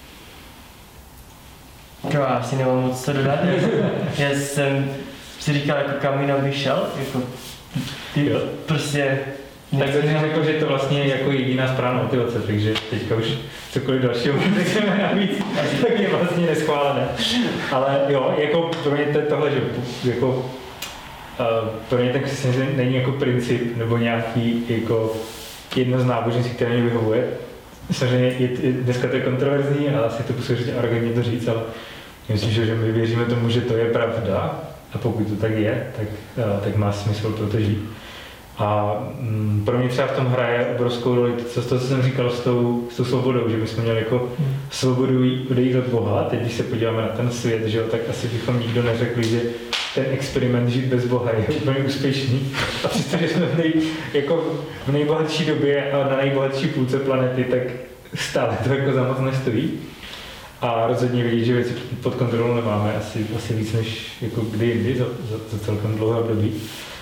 Já asi nemám moc co dodat. Já jsem si říkal, jako kam jinak bych šel, jako prostě... Tak to jsem řekl, že to vlastně je jako jediná správná motivace, takže teďka už cokoliv dalšího chceme navíc, tak je vlastně neschválené. Ale jo, jako pro mě tohle, že jako pro mě ten křesťanství není jako princip nebo nějaký jako jedno z náboženství, které mě vyhovuje. Samozřejmě dneska to je kontroverzní a asi to poslouží arrogantně to říct, ale myslím, že my věříme tomu, že to je pravda a pokud to tak je, tak má smysl pro to žít. A pro mě třeba v tom hraje obrovskou roli to, co jsem říkal s tou svobodou, že my jsme měli jako svobodu odejít od Boha. Teď, když se podíváme na ten svět, že jo, tak asi bychom nikdo neřekli, že ten experiment žít bez Boha je úplně úspěšný. A přestože jsme v nejbohatší době a na nejbohatší půlce planety, tak stále to jako za moc nestojí. A rozhodně vidět, že věci pod kontrolou nemáme asi víc než jako kdy jindy za celkem dlouhé období.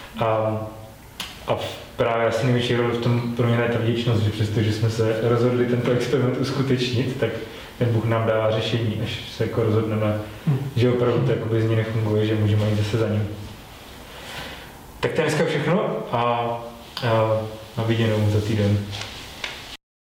A právě asi největší roli v tom pro mě je ta vděčnost, že přestože jsme se rozhodli tento experiment uskutečnit, tak ten Bůh nám dává řešení, až se jako rozhodneme, že opravdu to jako bez ní nefunguje, že můžeme jít zase za ním. Tak to je dneska všechno a na viděnou za týden.